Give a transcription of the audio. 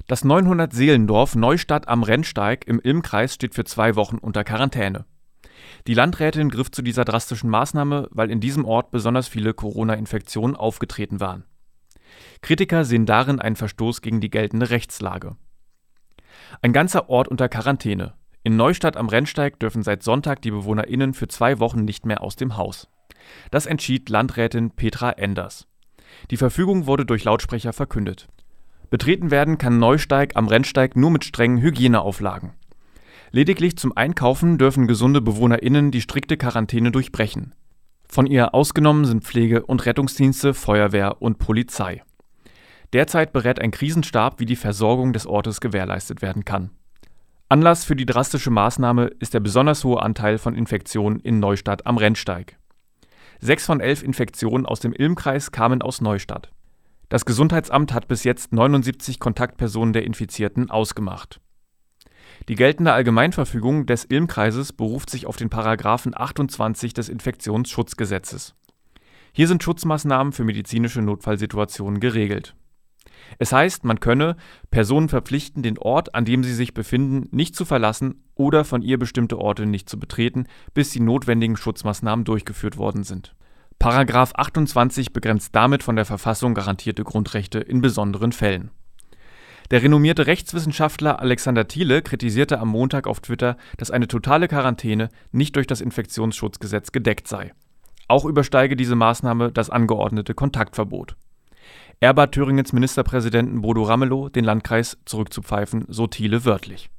Das 900-Seelendorf Neustadt am Rennsteig im Ilm-Kreis steht für 2 Wochen unter Quarantäne. Die Landrätin griff zu dieser drastischen Maßnahme, weil in diesem Ort besonders viele Corona-Infektionen aufgetreten waren. Kritiker sehen darin einen Verstoß gegen die geltende Rechtslage. Ein ganzer Ort unter Quarantäne. In Neustadt am Rennsteig dürfen seit Sonntag die BewohnerInnen für 2 Wochen nicht mehr aus dem Haus. Das entschied Landrätin Petra Enders. Die Verfügung wurde durch Lautsprecher verkündet. Betreten werden kann Neusteig am Rennsteig nur mit strengen Hygieneauflagen. Lediglich zum Einkaufen dürfen gesunde BewohnerInnen die strikte Quarantäne durchbrechen. Von ihr ausgenommen sind Pflege- und Rettungsdienste, Feuerwehr und Polizei. Derzeit berät ein Krisenstab, wie die Versorgung des Ortes gewährleistet werden kann. Anlass für die drastische Maßnahme ist der besonders hohe Anteil von Infektionen in Neustadt am Rennsteig. 6 von 11 Infektionen aus dem Ilm-Kreis kamen aus Neustadt. Das Gesundheitsamt hat bis jetzt 79 Kontaktpersonen der Infizierten ausgemacht. Die geltende Allgemeinverfügung des Ilm-Kreises beruft sich auf den Paragraphen 28 des Infektionsschutzgesetzes. Hier sind Schutzmaßnahmen für medizinische Notfallsituationen geregelt. Es heißt, man könne Personen verpflichten, den Ort, an dem sie sich befinden, nicht zu verlassen oder von ihr bestimmte Orte nicht zu betreten, bis die notwendigen Schutzmaßnahmen durchgeführt worden sind. Paragraph 28 begrenzt damit von der Verfassung garantierte Grundrechte in besonderen Fällen. Der renommierte Rechtswissenschaftler Alexander Thiele kritisierte am Montag auf Twitter, dass eine totale Quarantäne nicht durch das Infektionsschutzgesetz gedeckt sei. Auch übersteige diese Maßnahme das angeordnete Kontaktverbot. Er bat Thüringens Ministerpräsidenten Bodo Ramelow, den Landkreis zurückzupfeifen, so Thiele wörtlich.